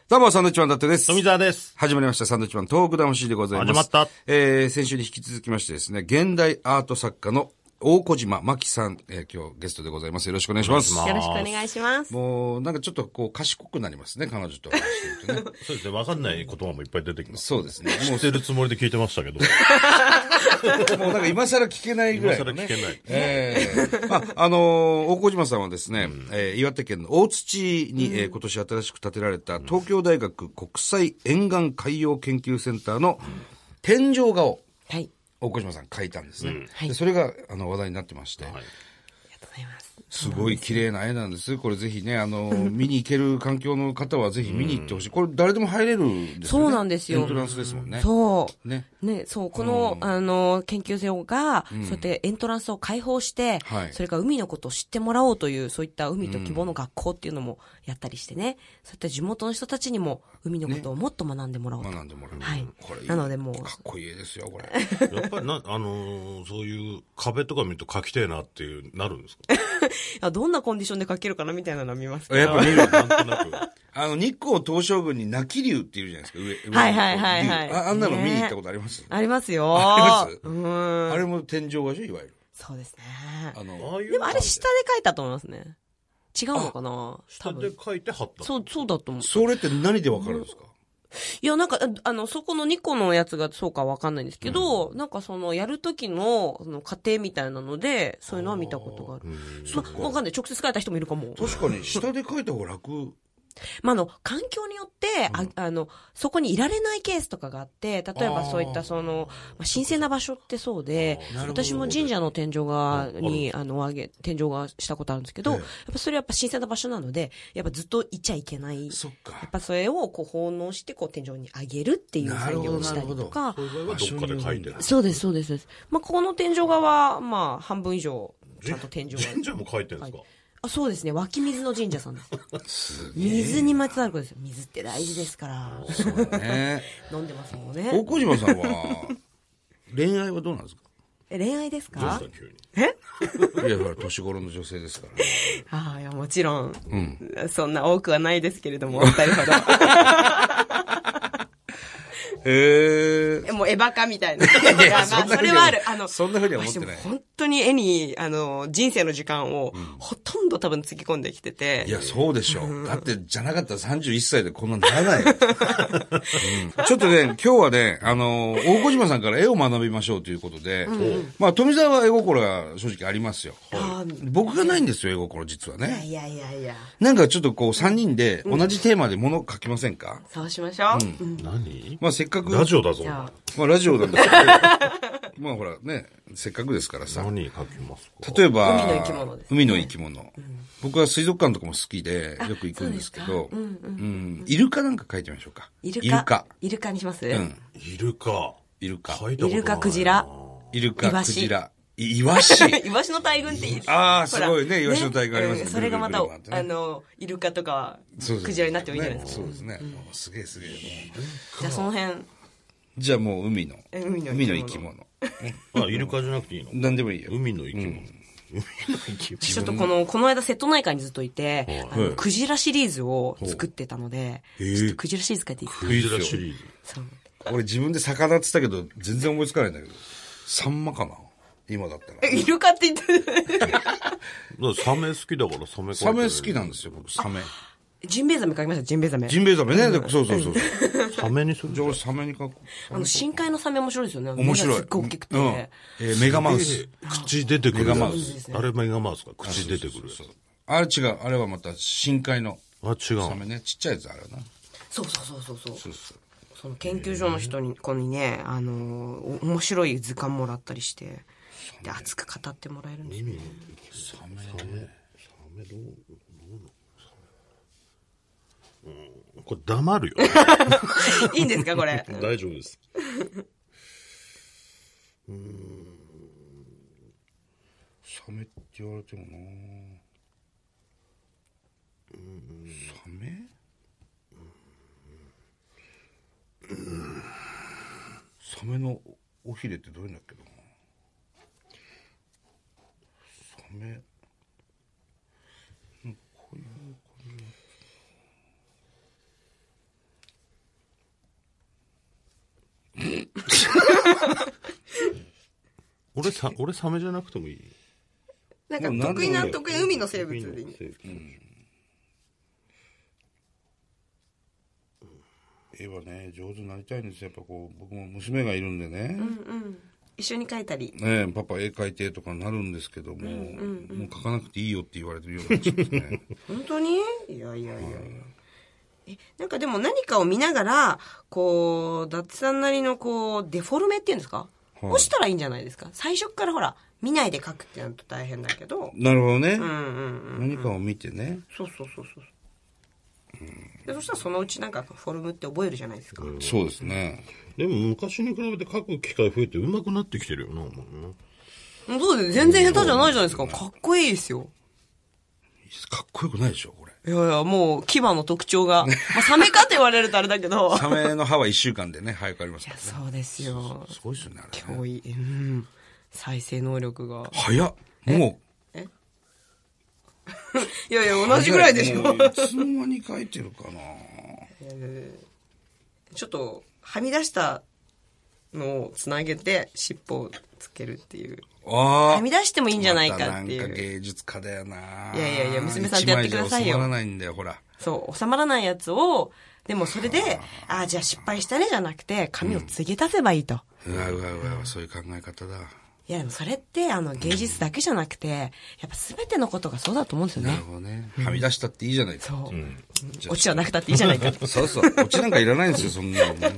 どうも、サンドウィッチマン伊達です。 富澤です。 始まりました、サンドウィッチマントーク魂でございます。 始まった。 先週に引き続きましてですね、現代アート作家の大小島真紀さん、今日ゲストでございます。よろしくお願いします。 よろしくお願いします。 もう、なんかちょっとこう、賢くなりますね、彼女と話してるとね。 そうですね、わかんない言葉もいっぱい出てきます。 そうですね。 もうしてるつもりで聞いてましたけど。 もうなんか今更聞けないぐらい、ね。 今更聞けない。 大小島さんはですね、岩手県の大槌に、今年新しく建てられた東京大学国際沿岸海洋研究センターの天井画を、 はい。 大小島さん書いたんですね。 はいでそれが話題になってまして、 はい。 ありがとうございます。 すごい綺麗な絵なんです。これぜひね、見に行ける環境の方はぜひ見に行ってほしい。これ誰でも入れるんですよね。 そうなんですよエントランスですもんね。 そう。 ね。 ね、そう、この、研究生が、そうやってエントランスを開放して、 はいそれから海のことを知ってもらおうという、そういった海と希望の学校っていうのもやったりしてね、そういった地元の人たちにも海のことをもっと学んでもらおうと。 学んでもらう。 はい。 これいい。 なのでもうかっこいい絵ですよ、これ。 やっぱりそういう壁とか見ると描きたいなっていう、なるんですか？ いやどんなコンディションで描けるかなみたいなのは見ますけど。 やっぱ見る。 なんとなく。 日光東照宮に泣き竜っているじゃないですか、上。 はいはいはいはい竜あんなの見に行ったことあります？ ありますよ。 ありますうん。 あれも天井画でしょ、いわゆる。 そうですね。 ああいうでもあれ下で描いたと思いますね。違うのかな下で描いて貼った。 そうだと思う。 それって何でわかるんですか？ いや、なんか、そこの2個のやつがそうかわかんないんですけど、なんかやるときの、過程みたいなので、そういうのは見たことがある。わかんない。直接書いた人もいるかも。 確かに、下で描いた方が楽。 まあ、環境によって、そこにいられないケースとかがあって、例えばそういった神聖な場所ってそうで、私も神社の天井画に、天井画したことあるんですけど、やっぱそれやっぱ神聖な場所なので、やっぱずっといちゃいけない。 そっか。 やっぱそれを奉納して、天井に上げるっていう作業をしたりとか。 それはどっかで描いてる。 そうです。まあ、ここの天井画は、まあ、半分以上、ちゃんと天井画。 神社も描いてるんですか？ そうですね。湧き水の神社さんです。 すげえ。 水にまつわることですよ。水って大事ですから。 そうだね。 飲んでますもんね。 大小島さんは、恋愛はどうなんですか？ 恋愛ですどうしか？ た急に。 いや、ほら、年頃の女性ですからね。 ああ、いや、もちろん。 うん。 そんな多くはないですけれども、お二人ほど。もうエヴァ化みたいな。いや、まあ、それはある。 そんなふうには思ってない私も本当に絵に、人生の時間を、ほとんど多分つぎ込んできてて。 いや、そうでしょう。だって、じゃなかったら31歳でこんなならないよ。ちょっとね、今日はね、大小島さんから絵を学びましょうということで、まあ、富澤は絵心が正直ありますよ。僕がないんですよ、絵心実はね。 いや。 なんかちょっとこう、3人で同じテーマで物を描きませんか？ そうしましょう。 何？ まあ、せっかく。 ラジオだぞ。 じゃあまあ、ラジオなんですけど。まあ、ほらね、せっかくですからさ。 何描きますか？ 例えば、 海の生き物です。 海の生き物。僕は水族館とかも好きで、よく行くんですけど、イルカなんか描いてみましょうか。 イルカにします？ うん。 イルカ。 イルカ。 描いたことないな。 イルカ、クジラ。 イルカ、クジラ。イワシ。 イワシの大群っていいですああ、すごいね。イワシの大群ありますね。 それがまた、 ぐるぐるぐるぐるイルカとか、クジラになってもいいじゃないですか。 そうですね。すげえ。 じゃあその辺。 じゃあもう海の生き物。 イルカじゃなくていいの？ 何でもいいよ。 海の生き物。 ちょっとこの間瀬戸内海にずっといて、クジラシリーズを作ってたので、ちょっとクジラシリーズ書いていいですか？ クジラシリーズ。 そう。 俺自分で魚って言ったけど、全然思いつかないんだけど。サンマかな今だったら。 イルカって言ってサメ好きだからサメ描いてる。 サメ好きなんですよ、僕、サメ。 ジンベエザメ書きました、ジンベエザメ。 ジンベエザメね。そう。 サメにする？ じゃあ俺サメに書く。 深海のサメ面白いですよね。 面白い。 すっごい大きくて。 メガマウス。 口出てくる。 メガマウス。 あれメガマウスか。口出てくる。 あれ違う。あれはまた深海の違う。 サメね。ちっちゃいやつあるな。 そう。その研究所の人に、こにね、面白い図鑑もらったりして、で、熱く語ってもらえるんですよ。 サメどうこれ黙るよ。 いいんですか、これ。 大丈夫です。 サメって言われてもなサメサメの尾ひれってどういうんだっけなサメこういう俺サメじゃなくてもいい。 なんか得意海の生物でいい。 絵はね、上手になりたいんですよ。やっぱこう、僕も娘がいるんでね。 一緒に描いたり。 ね、パパ絵描いてとかなるんですけども、もう描かなくていいよって言われてるようになっちゃってね。 本当に？いや。なんかでも何かを見ながら、こう、伊達さんなりのこう、デフォルメっていうんですか？をしたらいいんじゃないですか？最初からほら、見ないで描くってなると大変だけど。 なるほどね。何かを見てね。 そう。でそしたらそのうちなんかフォルムって覚えるじゃないですか。 そうですね。 でも昔に比べて描く機会増えて上手くなってきてるよな、お前な。 そうです。全然下手じゃないじゃないですか。かっこいいですよ。 かっこよくないでしょ、これ。 いや、もう、牙の特徴が。まあ、サメかって言われるとあれだけど。 サメの歯は1週間でね、早くありますからね。 そうですよ。 すごいですよね、あれ、ね。 脅威。再生能力が。 早っ。もう。 いや、同じぐらいでしょ。 いつの間に書いてるかな。 ちょっと、はみ出したのをつなげて、尻尾をつけるっていう。はみ出してもいいんじゃないかっていう。 なんか芸術家だよな。 いや、娘さんとやってくださいよ。 収まらないんだよ、ほら。 そう、収まらないやつを、でもそれで、じゃあ失敗したねじゃなくて、紙を継ぎ足せばいいと。 うわ、そういう考え方だ。 いや、でもそれって、芸術だけじゃなくて、やっぱ全てのことがそうだと思うんですよね。 なるほどね。はみ出したっていいじゃないか。 そう。オチはなくたっていいじゃないか。 そう。オチなんかいらないんですよ、そんなのね。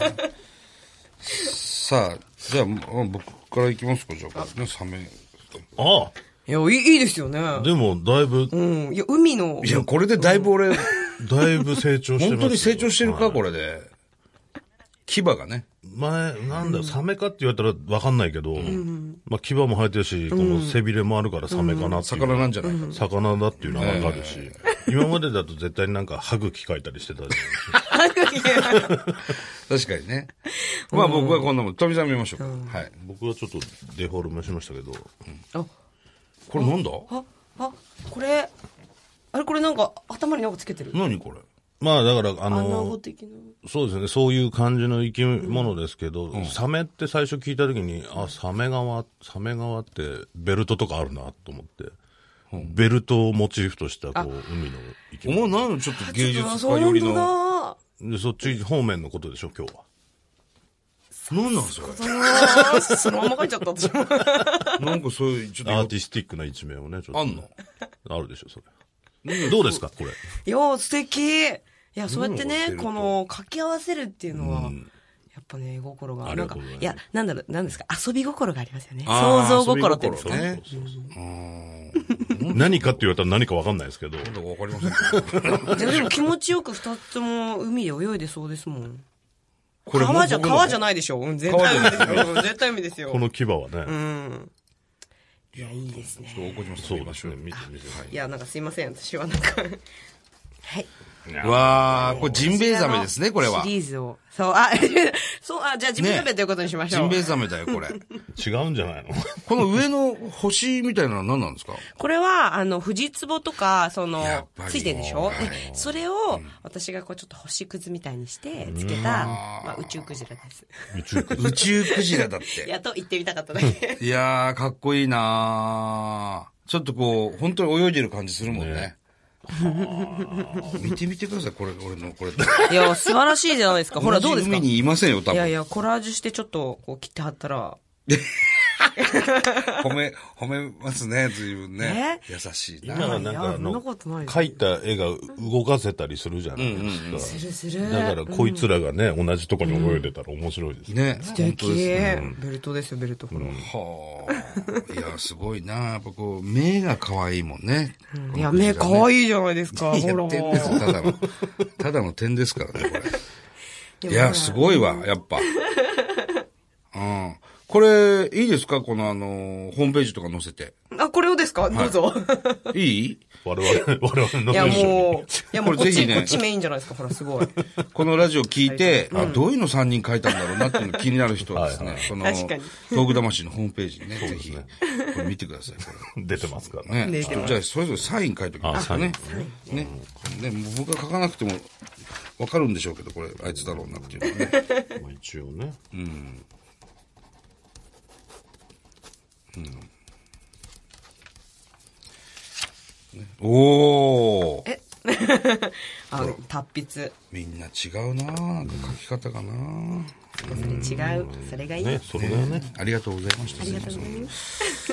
さあ、じゃあ、僕から行きますか、じゃあ、ね、サメ。 ああ。 いや、いいですよね。 でも、だいぶ。 いや、海の。 いや、これでだいぶ俺、 だいぶ成長してます。 本当に成長してるか、これで。牙がね。 なんだよ、サメかって言われたらわかんないけど、まあ、牙も生えてるし、この背びれもあるからサメかなっていう。 魚なんじゃないか。 魚だっていうのはわかるし、今までだと絶対なんか歯茎描いたりしてたじ確かにね。まあ僕はこんなもん、富澤見ましょうか。はい。 僕はちょっとデフォルメしましたけど。 これなんだ？ これ、これなんか頭になんかつけてる。 何これ？まあだから穴子的な。 そうですね、そういう感じの生き物ですけど、サメって最初聞いたときに、サメ側ってベルトとかあるなと思って、ベルトをモチーフとしたこう海の生き物。 お前何のちょっと芸術家よりの。 で、そっち方面のことでしょ、今日は。 何なんそれ。 そのまま書いちゃった私も。 なんかそういう、ちょっと。 アーティスティックな一面をね、ちょっと、ね。 あんの？ あるでしょ、それ。どうですか、これ。 いや、素敵。いや、そうやってね、この、掛け合わせるっていうのは、やっぱね、絵心が。なんか、いや、なんですか、遊び心がありますよね。想像心っていうんですかね。 何かって言われたら何かわかんないですけど。 わかりません。 でも気持ちよく二つも海で泳いでそうですもん。川じゃないでしょ。絶対海ですよ。絶対海ですよ。 この牙はね。 いや、いいですね。 そうですね、見て。 いや、なんかすいません。私はなんか、はい。 わー、これジンベエザメですね、これは。 シリーズを。そう、じゃあジンベエザメということにしましょう。 ジンベエザメだよ、これ。 違うんじゃないの？ この上の星みたいなのは何なんですか？ これは、フジツボとか、ついてるでしょ？で、それを、私がこうちょっと星屑みたいにして、つけた、まあ、宇宙クジラです。 宇宙クジラだって。 やっと言ってみたかっただけ。 いやー、かっこいいなー。ちょっとこう、本当に泳いでる感じするもんね。見てみてください、これ、俺の、これ。 いや、素晴らしいじゃないですか。ほら、どうですか？ 海にいませんよ、多分。 いや、コラージュしてちょっと、こう、切ってはったら。 褒めますね、随分ね。優しいな。 今はなんか描いた絵が動かせたりするじゃないですか。 する。 だからこいつらがね、同じとこに泳いでたら面白いですね。 素敵。ベルトですよ、ベルト。 はあ。いや、すごいな。やっぱこう、目が可愛いもんね。 いや、目可愛いじゃないですか。ほら。 点ですよ、ただの点ですからね、これ。いや、すごいわ、やっぱ。うん。これ、いいですか？このホームページとか載せて。 これをですか？どうぞ。 いい？ 我々のいや、もう、 これぜひね。 こっちメインじゃないですか、ほら、すごい。 このラジオ聞いて、どういうの3人書いたんだろうなっていうの気になる人はですね、この、トーク魂のホームページにね、ぜひ、これ見てください、これ。 出てますからね。じゃあ、それぞれサイン書いておきますかね。ね。僕が書かなくても、わかるんでしょうけど、これ、あいつだろうなっていうのはね。 一応ね。 おー。 達筆。 みんな違うな、なんか書き方がな。 違う。それがいい。 ね、それがね。 ありがとうございました。 ありがとうございます。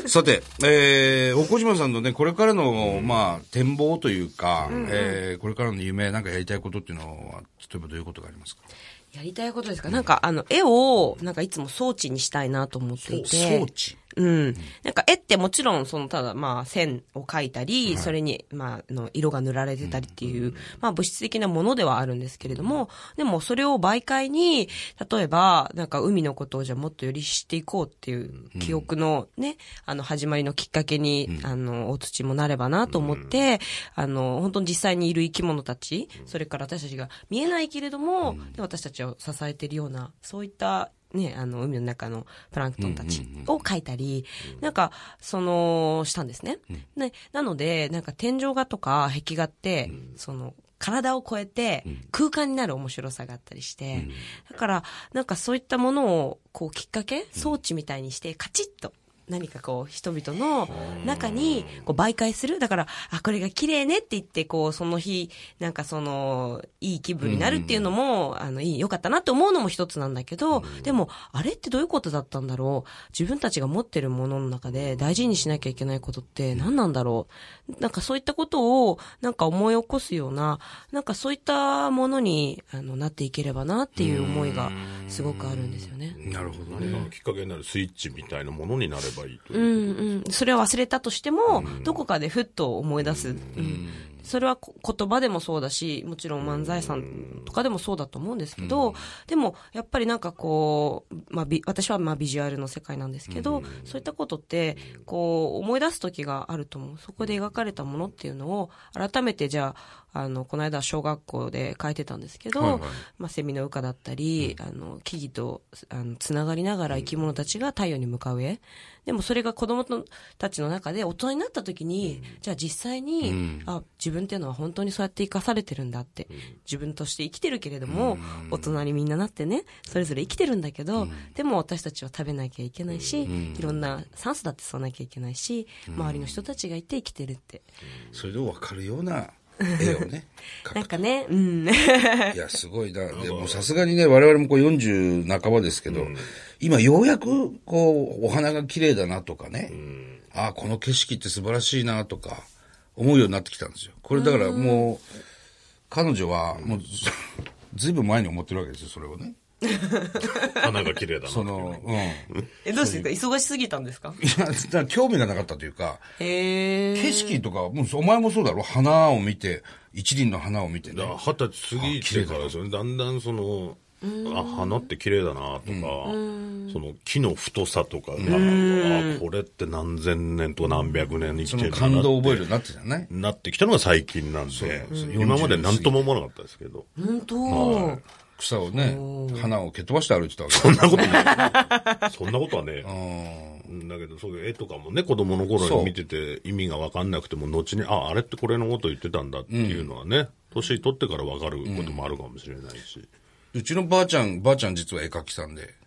さて、大小島さんのね、これからの、まあ、展望というか、これからの夢、なんかやりたいことっていうのは、例えばどういうことがありますか？ やりたいことですか？なんか、絵を、なんかいつも装置にしたいなと思っていて。 装置？ なんか絵ってもちろん、ただまあ線を描いたり、それに、まあ、色が塗られてたりっていう、まあ物質的なものではあるんですけれども、でもそれを媒介に、例えば、なんか海のことをじゃあもっとより知っていこうっていう記憶のね、始まりのきっかけに、お土もなればなと思って、本当に実際にいる生き物たち、それから私たちが見えないけれども、で私たちを支えているような、そういったね、海の中のプランクトンたちを描いたり、なんか、したんですね。ね、なので、なんか天井画とか壁画って、体を超えて空間になる面白さがあったりして、だから、なんかそういったものを、こう、きっかけ、装置みたいにして、カチッと、何かこう、人々の中に、こう、媒介する。だから、これが綺麗ねって言って、こう、その日、なんかいい気分になるっていうのも、良かったなって思うのも一つなんだけど、でも、あれってどういうことだったんだろう。自分たちが持ってるものの中で大事にしなきゃいけないことって何なんだろう。なんかそういったことを、なんか思い起こすような、なんかそういったものに、なっていければなっていう思いが、すごくあるんですよね。 なるほどね。 何かきっかけになるスイッチみたいなものになればいいとそれを忘れたとしても、どこかでふっと思い出す。それは言葉でもそうだし、もちろん漫才さんとかでもそうだと思うんですけど、でもやっぱりなんかこう、まあ私はまあビジュアルの世界なんですけど、そういったことってこう思い出す時があると思う。そこで描かれたものっていうのを改めてじゃあこの間小学校で書いてたんですけど、まあセミの羽化だったり、木々とつながりながら生き物たちが太陽に向かう絵。でもそれが子供たちの中で大人になった時に、じゃあ実際に、自分っていうのは本当にそうやって生かされてるんだって、自分として生きてるけれども、大人にみんななってね、それぞれ生きてるんだけど、でも私たちは食べなきゃいけないし、いろんな酸素だって吸わなきゃいけないし、周りの人たちがいて生きてるって。 それで分かるような絵をね。 なんかね、 いや、すごいな。でもさすがにね、我々もこう40半ばですけど、今ようやくこう、お花が綺麗だなとかね、この景色って素晴らしいなとか、思うようになってきたんですよ。これだからもう、彼女はもう、ずいぶん前に思ってるわけですよ、それをね。 花が綺麗だな。 どうしてですか？忙しすぎたんですか？ いや、だから興味がなかったというか、景色とか、もうお前もそうだろ？花を見て、一輪の花を見てね。 20歳過ぎてからですよね。だんだん花って綺麗だなとか、木の太さとかが、これって何千年とか何百年生きてるんだなって。 感動を覚えるようになってたよね。 なってきたのが最近なんで、今まで何とも思わなかったですけど。 本当。 草をね、花を蹴っ飛ばして歩いてたわけ。 そんなことない。そんなことはね。だけど、そういう絵とかもね、子供の頃に見てて意味がわかんなくても、後に、あれってこれのこと言ってたんだっていうのはね、年取ってからわかることもあるかもしれないし。 うちのばあちゃん実は絵描きさんで、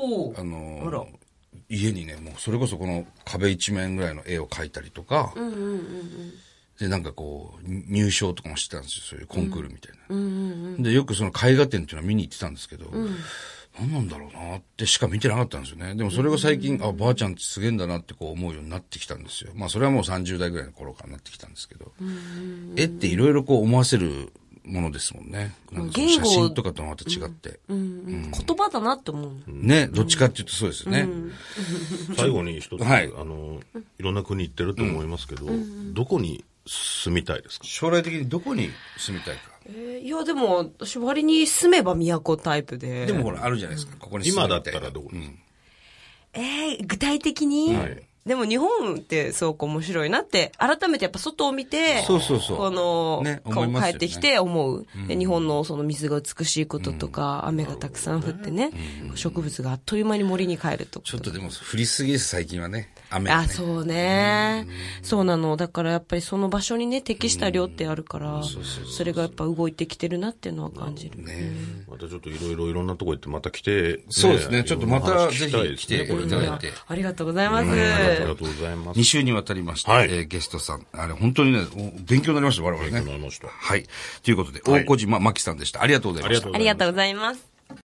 家にね、もうそれこそこの壁一面ぐらいの絵を描いたりとか、で、なんかこう、入賞とかもしてたんですよ。そういうコンクールみたいな。で、よくその絵画展っていうのは見に行ってたんですけど、何なんだろうなってしか見てなかったんですよね。でもそれが最近、ばあちゃんってすげえんだなってこう思うようになってきたんですよ。まあそれはもう30代ぐらいの頃からなってきたんですけど、絵っていろいろこう思わせるものですもんね。なんか写真とかとはまた違って。 言葉だなって思う。 ね、どっちかっていうとそうですよね。 最後に一つ、いろんな国行ってると思いますけど、どこに住みたいですか？ 将来的にどこに住みたいか。 いや、でも、私割に住めば都タイプで。 でもほら、あるじゃないですか。ここに住みたい。 今だったらどこですか？ 具体的に、でも日本ってすごく面白いなって、改めてやっぱ外を見て、 この、顔帰ってきて思う。で日本のその水が美しいこととか、雨がたくさん降ってね、植物があっという間に森に帰るとか。 ちょっとでも降りすぎです、最近はね。雨がね。 そうね。そうなの。だからやっぱりその場所にね、適した量ってあるから、それがやっぱ動いてきてるなっていうのは感じる。 またちょっといろんなとこ行ってまた来て。 そうですね。ちょっとまたぜひ来ていただいて。 ありがとうございます。 りがとうございます 2。週にわたりまして、 はいゲストさん、あれ本当にね、勉強になりました、我々ね。 勉強になりましたはい。ということで、 はい大小島真紀さんでした。ありがとうございました。 ありがとうございます。